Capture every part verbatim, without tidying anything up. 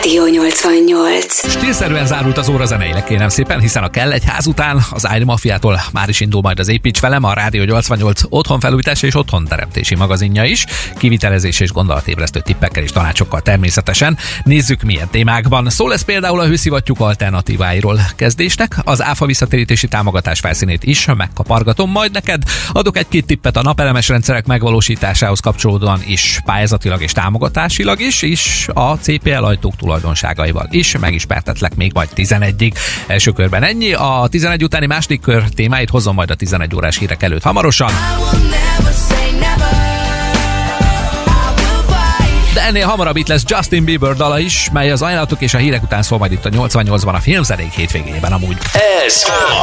Rádió nyolcvannyolc. Stílszerűen zárult az óra zeneileg, kérem szépen, hiszen a Kell egy ház után az I D Mafiától már is indul majd az Építs velem, a Rádió nyolcvannyolc otthonfelújítási és otthonteremtési magazinja is, kivitelezés és gondolatébresztő tippekkel és tanácsokkal természetesen. Nézzük, milyen témákban. Szó lesz például a hőszivattyúk alternatíváiról kezdésnek, az áfa visszatérítési támogatás felszínét is megkapargatom majd neked, adok egy-két tippet a napelemes rendszerek megvalósításához kapcsolódóan is, pályázatilag és támogatásilag is, és a cé pé el ajtók tulajdonságaival is megismertetlek még majd tizenegyig. Első körben ennyi, a tizenegy utáni második kör témáit hozom majd a tizenegy órás hírek előtt hamarosan. De ennél hamarabb itt lesz Justin Bieber dala is, mely az ajánlatok és a hírek után szól majd itt a nyolcvannyolcban a filmzenék hétvégében amúgy. Ez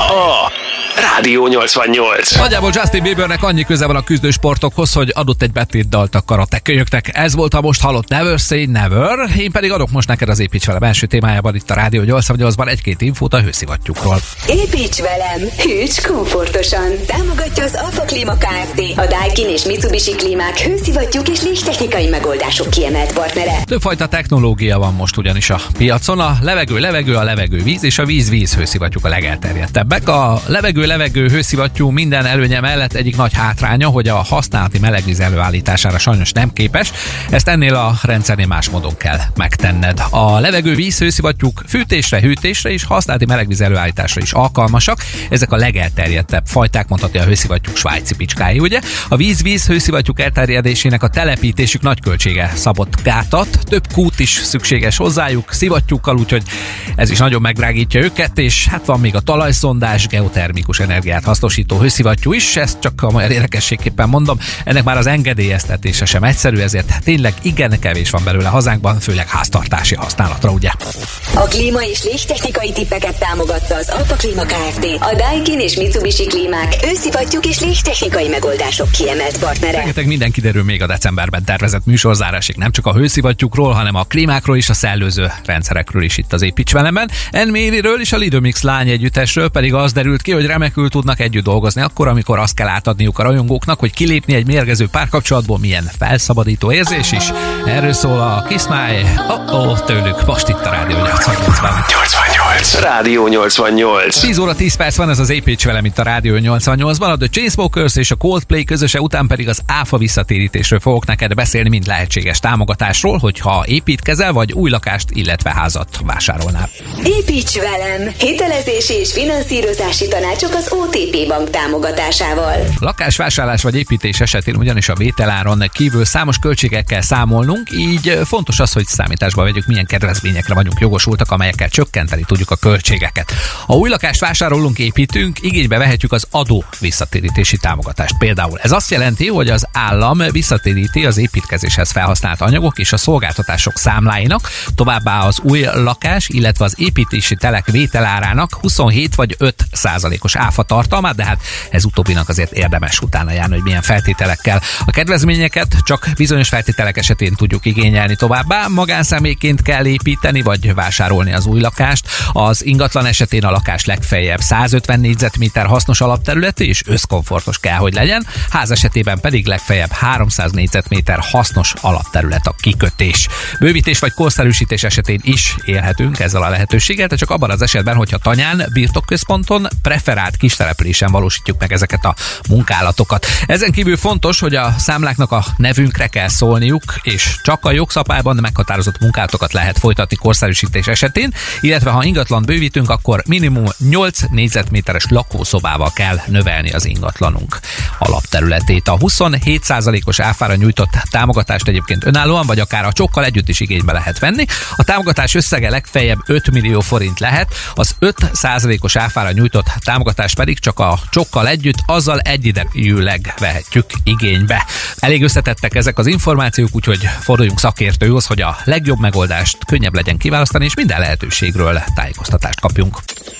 a Rádió nyolcvannyolc. Nagyjából Justin Biebernek annyi köze van a küzdősportokhoz, hogy adott egy betétdalt a karatekölyöknek. Ez volt a most hallott Never Say Never. Én pedig adok most neked az Építs velem első témájában itt a Rádió nyolcvannyolcban egy-két infót a hőszivattyúkról. Építs velem, hűts komfortosan. Támogatja az Alfa Klíma Kft. A Daikin és Mitsubishi klímák, hőszivattyúk és légtechnikai megoldások kiemelt partnere. Többfajta technológia van most ugyanis a piacon. A levegő levegő, a levegő víz és a víz víz hőszivattyúk a legelterjedtebbek. A levegő levegő hőszivattyú minden előnye mellett egyik nagy hátránya, hogy a használati melegvíz előállítására sajnos nem képes. Ezt ennél a rendszernél más módon kell megtenned. A levegő víz hőszivattyúk fűtésre, hűtésre és használati melegvíz előállításra is alkalmasak. Ezek a legelterjedtebb fajták, mondhatja a hőszivattyúk svájci bicskái, ugye? A víz-víz hőszivattyúk elterjedésének a telepítésük nagy költsége szabott gátat, több kút is szükséges hozzájuk, szivattyúkkal, úgyhogy ez is nagyon megdrágítja őket, és hát van még a talajszondás, geotermikus energiát hasznosító hőszivattyú is, ezt csak a magyar érdekességképpen mondom, ennek már az engedélyeztetése sem egyszerű, ezért tényleg igen kevés van belőle hazánkban, főleg háztartási használatra, ugye? A klíma és légtechnikai tippeket támogatta az Alfa Klíma Kft. A Daikin és Mitsubishi klímák, hőszivattyúk és légtechnikai megoldások kiemelt partnere. Rengeteg minden kiderül még a decemberben tervezett műsorzárásig, nem csak a hőszivattyúkról, hanem a klímákról és a szellőző rendszerekről is itt az Építs velemben. Enmériről és a Lidomix lány együttesről pedig az derült ki, hogy remekül tudnak együtt dolgozni akkor, amikor azt kell átadniuk a rajongóknak, hogy kilépni egy mérgező párkapcsolatból milyen felszabadító érzés is. Erről szól a Kiss My Oh-oh tőlük most itt a Rádió nyolcvannyolcban. nyolcvannyolc. Rádió nyolcvannyolc. tíz óra tíz perc van, ez az Építs velem itt a Rádió nyolcvannyolcban. A The Chainsmokers és a Coldplay közöse után pedig az áfa visszatérítésről fogok neked beszélni, mint lehetséges támogatásról, hogyha építkezel vagy új lakást, illetve házat vásárolnál. Építs velem! Hitelezési és finanszírozási tanácsok az o té pé Bank támogatásával. Lakásvásárlás vagy építés esetén ugyanis a vételáron kívül számos költségekkel számolnunk, így fontos az, hogy számításba vegyük, milyen kedvezményekre vagyunk jogosultak, amelyekkel csökkenteni tudjuk a költségeket. Ha új lakást vásárolunk, építünk, igénybe vehetjük az adó visszatérítési támogatást. Például ez azt jelenti, hogy az állam visszatéríti az építkezéshez felhasznált anyagok és a szolgáltatások számláinak, továbbá az új lakás, illetve az építési telek vételárának huszonhét vagy öt százalékos áfa tartalmát, de hát ez utóbbinak azért érdemes utána járni, hogy milyen feltételekkel. A kedvezményeket csak bizonyos feltételek esetén tudjuk igényelni továbbá. Magánszemélyként kell építeni vagy vásárolni az új lakást. Az ingatlan esetén a lakás legfeljebb százötven négyzetméter hasznos alapterületű és összkomfortos kell, hogy legyen. Ház esetében pedig legfeljebb háromszáz négyzetméter hasznos alapterület a kikötés. Bővítés vagy korszerűsítés esetén is élhetünk ezzel a lehetőséggel, de csak abban az esetben, hogyha tanyán, birtokközponton, preferált kistelepülésen valósítjuk meg ezeket a munkálatokat. Ezen kívül fontos, hogy a számláknak a nevünkre kell szólniuk, és csak a jogszabályban meghatározott munkálatokat lehet folytatni korszerűsítés esetén, illetve ha ingatlan bővítünk, akkor minimum nyolc négyzetméteres lakószobával kell növelni az ingatlanunk alapterületét. A huszonhét százalékos áfára nyújtott támogatást egyébként önállóan, vagy akár a csokkal együtt is igénybe lehet venni. A támogatás összege legfeljebb öt millió forint lehet, az öt százalékos áfára nyújtott támogatás pedig csak a csokkal együtt, azzal egyidejűleg vehetjük igénybe. Elég összetettek ezek az információk, úgyhogy forduljunk szakértőhöz, hogy a legjobb megoldást könnyebb legyen kiválasztani, és minden lehetőségről tájékoztatást kapjunk.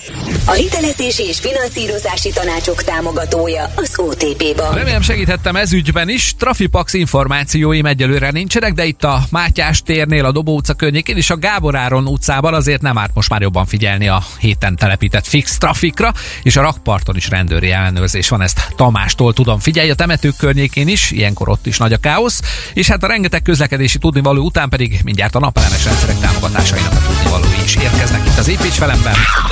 A hitelezési és finanszírozási tanácsok támogatója az o té pé Bank. Remélem segíthettem ez ügyben is. Trafipax információim egyelőre nincsenek, de itt a Mátyás térnél, a Dobó utca környékén és a Gábor Áron utcában azért nem árt most már jobban figyelni a héten telepített fix trafikra, és a rakparton is rendőri ellenőrzés van, ezt Tamástól tudom. Figyelj, a temetők környékén is, ilyenkor ott is nagy a káosz, és hát a rengeteg közlekedési tudnivaló után pedig mindjárt a napelemes rendszerek támogatásainak a tudnivalói is érkeznek itt az Építs Velemben.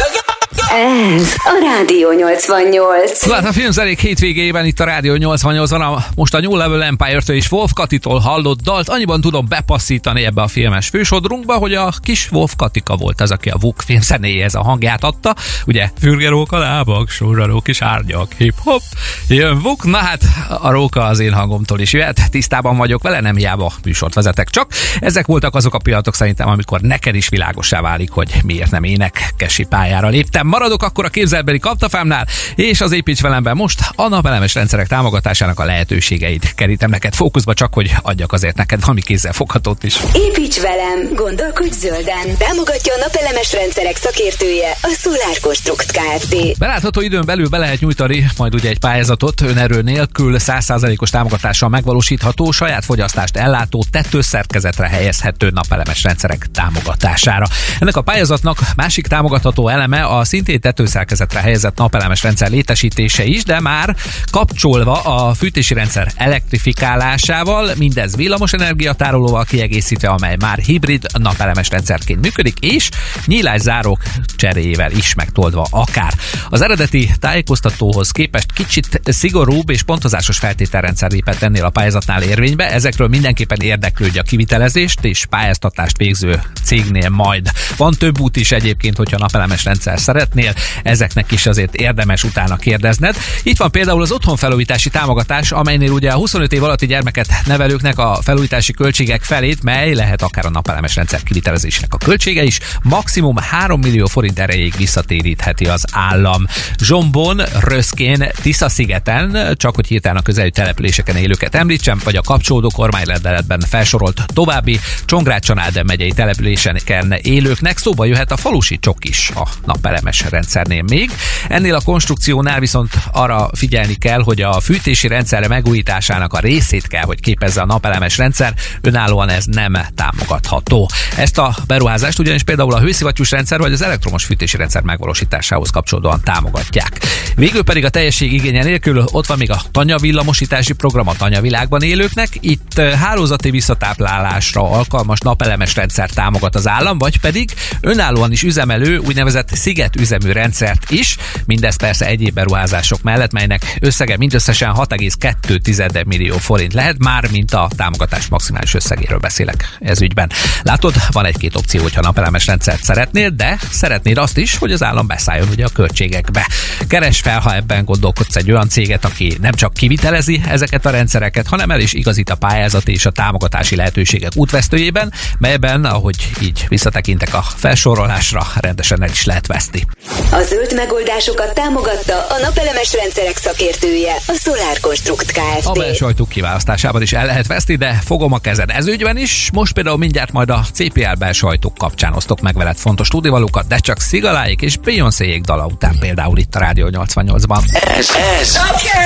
Ez a Rádió nyolcvannyolc. Hát a filmzenék hétvégében itt a Rádió nyolcvannyolcban a, most a New Level Empire-től és Wolf Katitól hallott dalt annyiban tudom bepasszítani ebbe a filmes fősodrunkba, hogy a kis Wolf Katika volt az, aki a Vuk filmzenéjéhez a hangját adta. Ugye fürgerók a lábak, sorrarók és árnyak, hip-hop, jön Vuk. Na hát a róka az én hangomtól is jöhet, tisztában vagyok vele, nem hiába műsort vezetek csak. Ezek voltak azok a pillanatok szerintem, amikor neked is világossá válik, hogy miért nem énekkesi pályára léptem. Maradok akkor a képzelbeli kaptafámnál, és az Építs Velemben most a napelemes rendszerek támogatásának a lehetőségeit kerítem neked fókuszba, csak hogy adjak azért neked valami kézzelfoghatót is. Építs velem, gondolkodj zölden. Támogatja a napelemes rendszerek szakértője, a Solar Construct Kft. Belátható időn belül be lehet nyújtani majd ugye egy pályázatot önerő nélkül száz százalékos támogatással megvalósítható, saját fogyasztást ellátó, tetőszerkezetre helyezhető napelemes rendszerek támogatására. Ennek a pályázatnak másik támogatható eleme a szintén tetőszerkezetre helyezett napelemes rendszer létesítése is, de már kapcsolva a fűtési rendszer elektrifikálásával, mindez villamos energiatárolóval kiegészítve, amely már hibrid napelemes rendszerként működik, és nyílászárók cseréjével is megtoldva akár. Az eredeti tájékoztatóhoz képest kicsit szigorúbb és pontozásos feltételrendszer lépett ennél a pályázatnál érvénybe, ezekről mindenképpen érdeklődj a kivitelezést és pályáztatást végző cégnél majd. Van több út is egyébként, hogyha napelemes rendszer szeretnél, ezeknek is azért érdemes utána kérdezned. Itt van például az otthonfelújítási támogatás, amelynél ugye a huszonöt év alatti gyermeket nevelőknek a felújítási költségek felét, mely lehet akár a napelemes rendszer kivitelezésének a költsége is, maximum három millió forint erejéig visszatérítheti az állam. Zsombon, Röszkén, Tisza-szigeten, csak hogy hirtelen a közeli településeken élőket említsem, vagy a kapcsolódó kormányrendeletben felsorolt további Csongrád-Csanád megyei településeken élőknek szóba jöhet a falusi csok is a napelemes rendszernél még. Ennél a konstrukciónál viszont arra figyelni kell, hogy a fűtési rendszer megújításának a részét kell, hogy képezze a napelemes rendszer, önállóan ez nem támogatható. Ezt a beruházást ugyanis például a hőszivattyús rendszer vagy az elektromos fűtési rendszer megvalósításához kapcsolódóan támogatják. Végül pedig a teljesség igénye nélkül ott van még a tanyavillamosítási program a tanyavilágban élőknek. Itt hálózati visszatáplálásra alkalmas napelemes rendszer támogat az állam, vagy pedig önállóan is üzemelő úgynevezett szigetüzemű rendszert is, mindez persze egyéb beruházások mellett, melynek összege mindösszesen hat egész kettő millió forint lehet, már mint a támogatás maximális összegéről beszélek ez ügyben. Látod, van egy-két opció, hogyha napelemes rendszert szeretnél, de szeretnéd azt is, hogy az állam beszálljon ugye a költségekbe. Keresd fel, ha ebben gondolkodsz, egy olyan céget, aki nem csak kivitelezi ezeket a rendszereket, hanem el is igazít a pályázati és a támogatási lehetőségek útvesztőjében, melyben, ahogy így visszatekintek a felsorolásra, rendesen el is lehet veszni. A zöld megoldásokat támogatta a napelemes rendszerek szakértője, a Solar Construct Kft. A belső ajtók kiválasztásában is el lehet veszni, de fogom a kezed ez ügyben is. Most például mindjárt majd a cé pé el belső ajtók kapcsán osztok meg veled fontos tudnivalókat, de csak Szigaláék és Beyoncéjék dala után például itt a Rádió nyolcvannyolcban. Ez, ez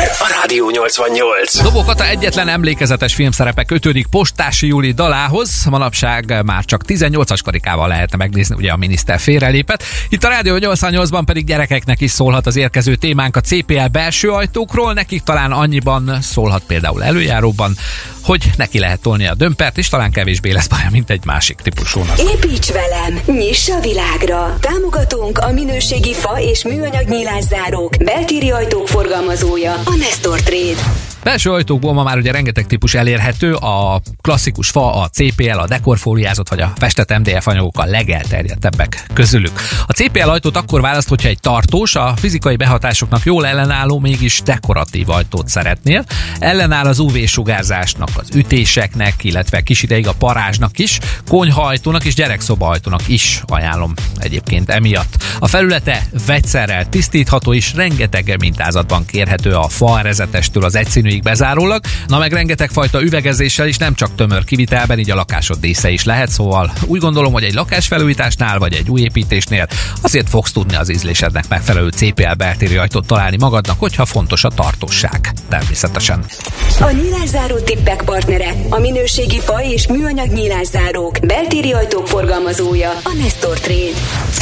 a Rádió nyolcvannyolc. Dobó Kata egyetlen emlékezetes filmszerepe kötődik Postási Júli dalához. Manapság már csak tizennyolcas karikával lehetne megnézni, ugye a miniszter félrelépett. Itt a Rádió nyolcvannyolcban pedig gyerekeknek is szólhat az érkező témánk a cé pé el belső ajtókról. Nekik talán annyiban szólhat például előjáróban, hogy neki lehet tolni a dömpert, és talán kevésbé lesz baja, mint egy másik típusúnak. Építs velem, nyiss a világra! Támogatónk a minőségi fa és műanyag nyílászárók, beltéri ajtók forgalmazója, a Nestor Trade. Belső ajtókból ma már ugye rengeteg típus elérhető, a klasszikus fa, a cé pé el, a dekorfóliázott vagy a festett em dé ef anyagok a legelterjedtebbek közülük. A cé pé el ajtót akkor választ, hogyha egy tartós, a fizikai behatásoknak jól ellenálló, mégis dekoratív ajtót szeretnél. Ellenáll az ú vé-sugárzásnak, az ütéseknek, illetve kis ideig a parázsnak is, konyhaajtónak és gyerekszobaajtónak is ajánlom egyébként emiatt. A felülete vegyszerrel tisztítható és rengeteg mintázatban kérhető, a faerezetestől az egyszínű évig bezárólag, na meg rengeteg fajta üvegezéssel is, nem csak tömör kivitelben, így a lakásod dísze is lehet, szóval úgy gondolom, hogy egy lakásfelújításnál vagy egy új építésnél azért fogsz tudni az ízlésednek megfelelő cé pé el beltéri ajtót találni magadnak, hogyha fontos a tartóság. Természetesen. A nyílászáró tippek partnere, a minőségi fa és műanyag nyílászárók, beltéri ajtók forgalmazója, a Nestor Trade.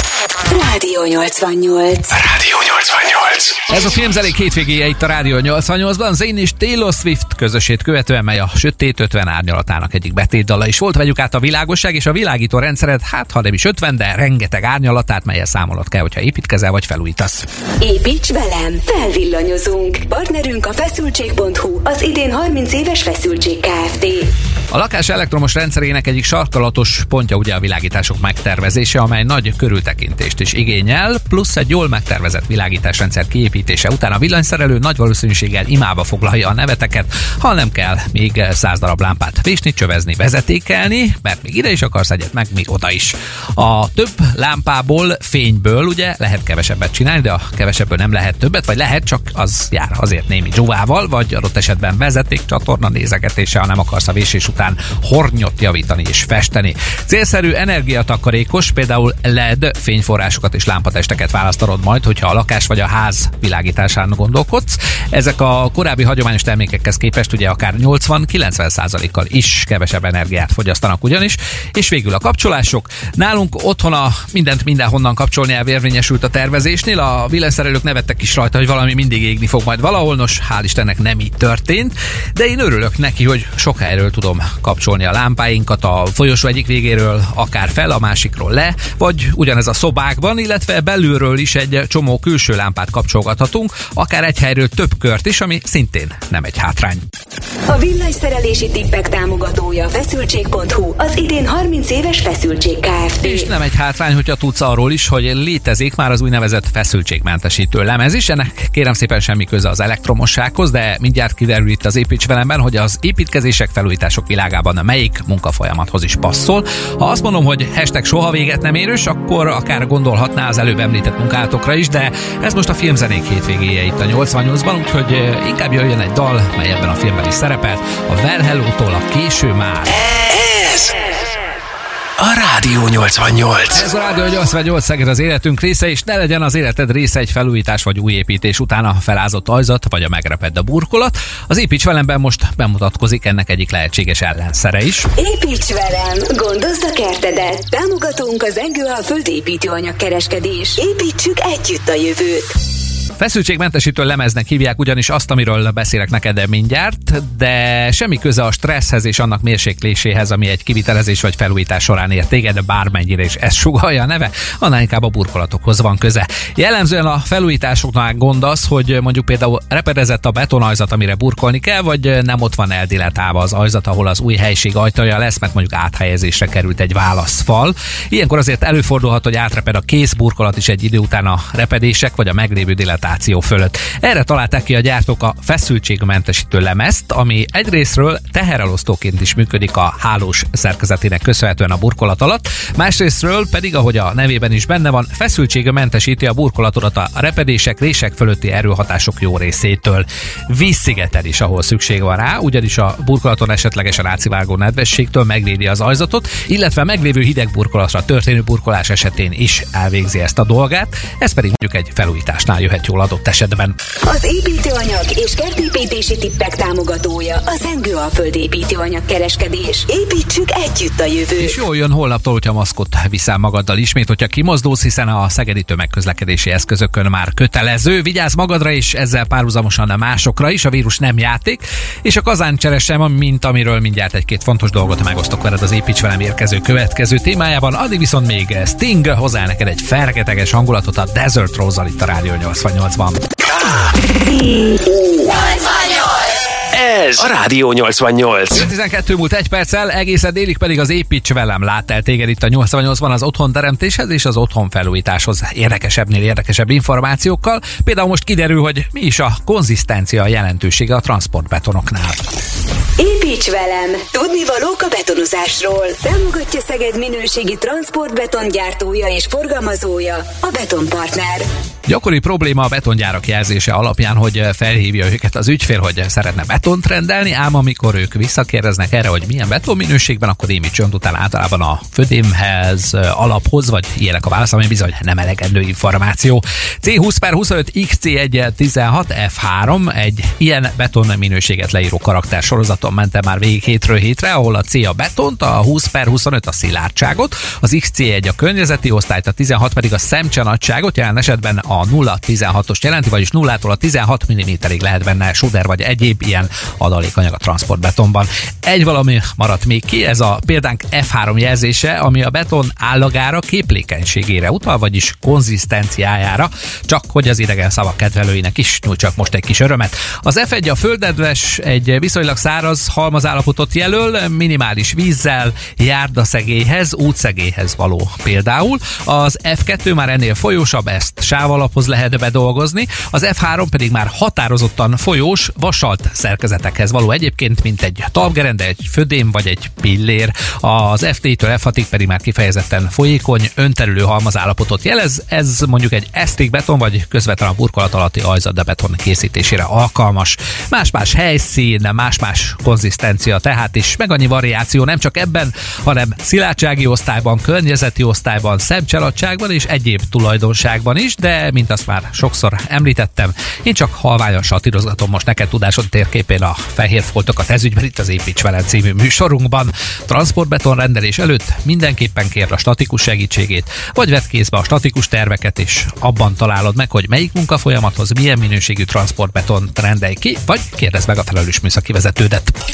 Rádió nyolcvannyolc. Rádió nyolcvannyolc. Ez a filmzelék hétvégéje itt a Rádió nyolcvannyolcban, Zayn és Taylor Swift közösét követően, mely a Sötét ötven árnyalatának egyik betétdala is volt. Vegyük át a világosság és a világító rendszered, hát ha nem is ötven, de rengeteg árnyalatát, melyel számolod kell, hogyha építkezel vagy felújítasz. Építs velem, felvillanyozunk. Partnerünk a feszültség pont hu, az idén harminc éves Feszültség Kft. A lakás elektromos rendszerének egyik sarkalatos pontja ugye a világítások megtervezése, amely nagy körültekintést is igényel, plusz egy jól megtervezett világításrendszer kiépítése után a villanyszerelő nagy valószínűséggel imába foglalja a neveteket, ha nem kell még száz darab lámpát vésni, csövezni, vezetékelni, mert még ide is akarsz egyet, meg még oda is. A több lámpából, fényből ugye lehet kevesebbet csinálni, de a kevesebből nem lehet többet, vagy lehet, csak az jár azért némi dzsúvával, vagy adott esetben vezetékcsatorna nézegetése, ha nem akarsz a vésés után hornyot javítani és festeni. Célszerű, energiatakarékos, például el é dé fényforrásokat és lámpatesteket választanod majd, hogyha a lakás vagy a ház világításán gondolkodsz. Ezek a korábbi hagyományos termékekhez képest ugye akár nyolcvan-kilencven százalékkal is kevesebb energiát fogyasztanak ugyanis, és végül a kapcsolások. Nálunk otthon a mindent mindenhonnan kapcsolni elvérvényesült a tervezésnél, a villanyszerelők nevettek is rajta, hogy valami mindig égni fog majd valahol, nos, hál' Istennek nem így történt, de én örülök neki, hogy sok helyről tudom kapcsolni a lámpáinkat, a folyosó egyik végéről akár fel, a másikról le, vagy ugyanez a szobákban, illetve belülről is egy csomó külső lámpát kapcsolgathatunk, akár egy helyről több kört is, ami szintén nem egy hátrány. A villanyszerelési tippek támogatója a feszültség pont hu, az idén harminc éves Feszültség Kft. És nem egy hátrány, hogyha tudsz arról is, hogy létezik már az úgynevezett feszültségmentesítő lemez is. Ennek kérem szépen semmi köze az elektromossághoz, de mindjárt kiderül itt az Építs velemben, hogy az építkezések, felújítások világában melyik munkafolyamathoz is passzol. Ha azt mondom, hogy hashtag soha véget nem érős, akkor akár gondolhatná az előbb említett munkátokra is, de ez most a filmzenék hétvégéje itt a nyolcvannyolcban, úgyhogy inkább jöjjön egy dal, mely ebben a filmben is szerepelt, a Well Hello-tól a Késő már. Ez a Rádió nyolcvannyolc. Ez a Rádió nyolcvannyolc, Szeged az életünk része, és ne legyen az életed része egy felújítás vagy új építés után a felázott ajzat, vagy a megrepedd a burkolat. Az Építs velemben most bemutatkozik ennek egyik lehetséges ellenszere is. Építs velem! Gondozd a kertedet! Támogatunk az Engőalföld építőanyagkereskedés. Építsük együtt a jövőt! Feszültségmentesítő lemeznek hívják ugyanis azt, amiről beszélek neked mindjárt, de semmi köze a stresszhez és annak mérsékléséhez, ami egy kivitelezés vagy felújítás során ér téged, bármennyire is ezt sugallja a neve, annál inkább a burkolatokhoz van köze. Jellemzően a felújításoknál gond az, hogy mondjuk például repedezett a betonajzat, amire burkolni kell, vagy nem ott van eldiletálva az ajzat, ahol az új helység ajtaja lesz, mert mondjuk áthelyezésre került egy válaszfal. Ilyenkor azért előfordulhat, hogy átreped a kész burkolat is egy idő után a repedések vagy a meglévő dilatáció fölött. Erre találták ki a gyártók a feszültségmentesítő lemezt, ami egyrésztről teherelosztóként is működik a hálós szerkezetének köszönhetően a burkolat alatt, másrésztről pedig, ahogy a nevében is benne van, feszültségmentesíti a burkolatodat a repedések, rések fölötti erőhatások jó részétől. Vízszigeten is, ahol szükség van rá, ugyanis a burkolaton esetlegesen átszivárgó nedvességtől megvédi az ajzatot, illetve meglévő hideg burkolatra történő burkolás esetén is elvégzi ezt a dolgát, ez pedig mondjuk egy felújításnál jöhet jól adott esetben. Az építőanyag és kertépítési tippek támogatója a Engőalföld építőanyagkereskedés. Építsük együtt a jövőt. És jól jön holnaptól, hogyha maszkot viszel magaddal ismét, hogyha kimozdulsz, hiszen a szegedi tömegközlekedési eszközökön már kötelező. Vigyázz magadra és ezzel párhuzamosan a másokra is, a vírus nem játék, és a kazáncseres sem, mint amiről mindjárt egy-két fontos dolgot megosztok veled az Építs velem érkező következő témájában. Addig viszont még Sting hozzá neked egy fergeteges hangulatot a Desert Rose-al itt a Rádió nyolcvannyolcban. Ez a Rádió nyolcvannyolc. tizenkettő múlt egy perccel, egészen délig pedig az Építs velem lát el téged itt a nyolcvannyolcban az otthonteremtéshez és az otthonfelújításhoz érdekesebbnél érdekesebb információkkal. Például most kiderül, hogy mi is a konzisztencia jelentősége a transportbetonoknál. Építs velem! Tudnivalók a betonozásról. Támogatja Szeged minőségi transportbetongyártója és forgalmazója, a Betonpartner. Gyakori probléma a betongyárak jelzése alapján, hogy felhívja őket az ügyfél, hogy szeretne betont rendelni, ám amikor ők visszakérdeznek erre, hogy milyen betonminőségben, akkor Émics után általában a födémhez, alaphoz, vagy ilyenek a válasz, ami bizony nem elegendő információ. C húsz per huszonöt X C egy tizenhat F három egy ilyen beton minőséget leíró karakter sorozaton mentem már végig hétről hétre, ahol a C a betont, a húsz per huszonöt a szilárdságot, az X C egy a környezeti osztályt, a tizenhat pedig a szemcsenagyságot, jelen esetben a nulla tizenhatost jelenti, vagyis nullától a tizenhat milliméterig lehet benne suder vagy egyéb ilyen adalékanyag a transportbetonban. Egy valami maradt még ki, ez a példánk F három jelzése, ami a beton állagára, képlékenységére utal, vagyis konzisztenciájára, csak hogy az idegen szavak kedvelőinek is nyújtsak most egy kis örömet. Az F egy a földnedves, egy viszonylag száraz halmazállapotot jelöl, minimális vízzel, járdaszegélyhez, útszegélyhez való például. Az F kettő már ennél folyósabb, ezt sávalaphoz lehet bedolgozni, az F három pedig már határozottan folyós, vasalt szerkezetekhez való egyébként, mint egy talpgerende, egy födém vagy egy pillér. Az F négytől F hatig pedig már kifejezetten folyékony, önterülő halmazállapotot jelez, ez mondjuk egy esztékbeton vagy közvetlen a burkolat alatti ajzatbeton készítésére alkalmas. Más-más helyszín, más-más konzisztencia tehát is, meg annyi variáció nem csak ebben, hanem szilárdsági osztályban, környezeti osztályban, szemcseladtságban és egyéb tulajdonságban is, de mint azt már sokszor említettem, én csak halványan satírozgatom most neked tudásod térképén a fehér foltokat ezügyben itt az Építs velem című műsorunkban. Transportbeton rendelés előtt mindenképpen kérd a statikus segítségét, vagy vedd kézbe a statikus terveket, és abban találod meg, hogy melyik munkafolyamathoz milyen minőségű transportbeton rendelj ki, vagy kérdezd meg a felelős műszaki vezetődet.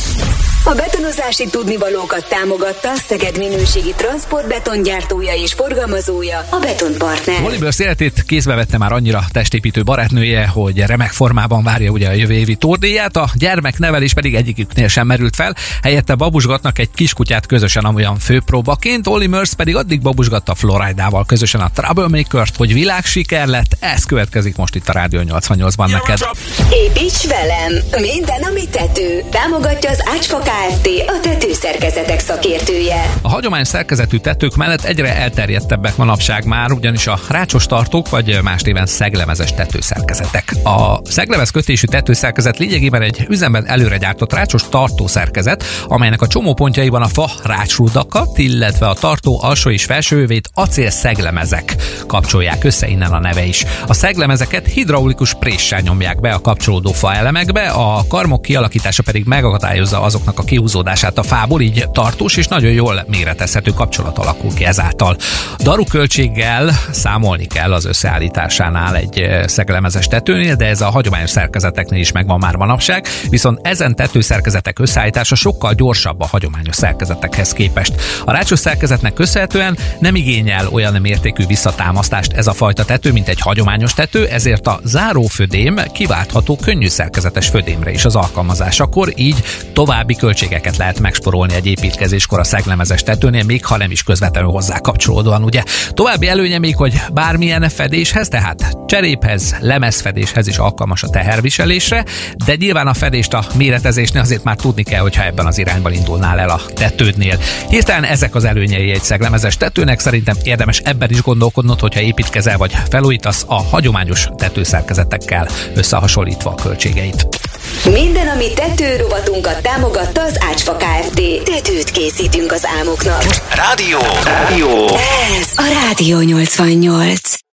A betonozási tudnivalókat támogatta Szeged minőségi transportbetongyártója és forgalmazója, a Betonpartner. Olivers életét kézbe vette már annyira testépítő barátnője, hogy remek formában várja ugye a jövő évi turdíját, a gyermeknevelés pedig egyiküknél sem merült fel, helyette babusgatnak egy kiskutyát közösen amolyan főpróbaként, Olivers pedig addig babusgatta Floridával közösen a Troublemakert, hogy világsiker lett, ez következik most itt a Rádió nyolcvannyolcban neked. Építs velem! Minden, ami tető. Támogatja az Ácsfa Kft., a tetőszerkezetek szakértője. A hagyományos szerkezetű tetők mellett egyre elterjedtebbek manapság már, ugyanis a rácsos tartók, vagy más néven szeglemezes tetőszerkezetek. A szeglemez kötésű tetőszerkezet lényegében egy üzemben előre gyártott rácsos tartószerkezet, amelynek a csomópontjaiban a fa rácsrudakat, illetve a tartó alsó és felsőövét acél szeglemezek kapcsolják össze, innen a neve is. A szeglemezeket hidraulikus préssel nyomják be a kapcsolódó fa elemekbe, a karmok kialakítása pedig megakadályozza azoknak a kihúzódását a fából, így tartós és nagyon jól méretezhető kapcsolat alakul ki ezáltal. Daru költséggel számolni kell az összeállításánál egy szeglemezes tetőnél, de ez a hagyományos szerkezeteknél is megvan már manapság, viszont ezen tetőszerkezetek összeállítása sokkal gyorsabb a hagyományos szerkezetekhez képest. A rácsos szerkezetnek köszönhetően nem igényel olyan mértékű visszatámasztást ez a fajta tető, mint egy hagyományos tető, ezért a zárófödém kiváltható könnyű szerkezetes födémre is az alkalmazásakor, így további költségeket lehet megsporolni egy építkezéskor a szeglemezes tetőnél, még ha nem is közvetlenül hozzá kapcsolódóan, ugye. További előnye még, hogy bármilyen fedéshez, tehát cseréphez, lemezfedéshez is alkalmas a teherviselésre, de nyilván a fedést a méretezésnél azért már tudni kell, hogyha ebben az irányban indulnál el a tetődnél. Hirtelen ezek az előnyei egy szeglemezes tetőnek, szerintem érdemes ebben is gondolkodnod, hogyha építkezel vagy felújítasz a hagyományos tetőszerkezetekkel összehasonlítva a költségeit. Minden, ami tető rovatunkat támogatta az Ácsfa Kft. Tetőt készítünk az álmoknak. Rádió! Rádió! Ez a Rádió nyolcvannyolc.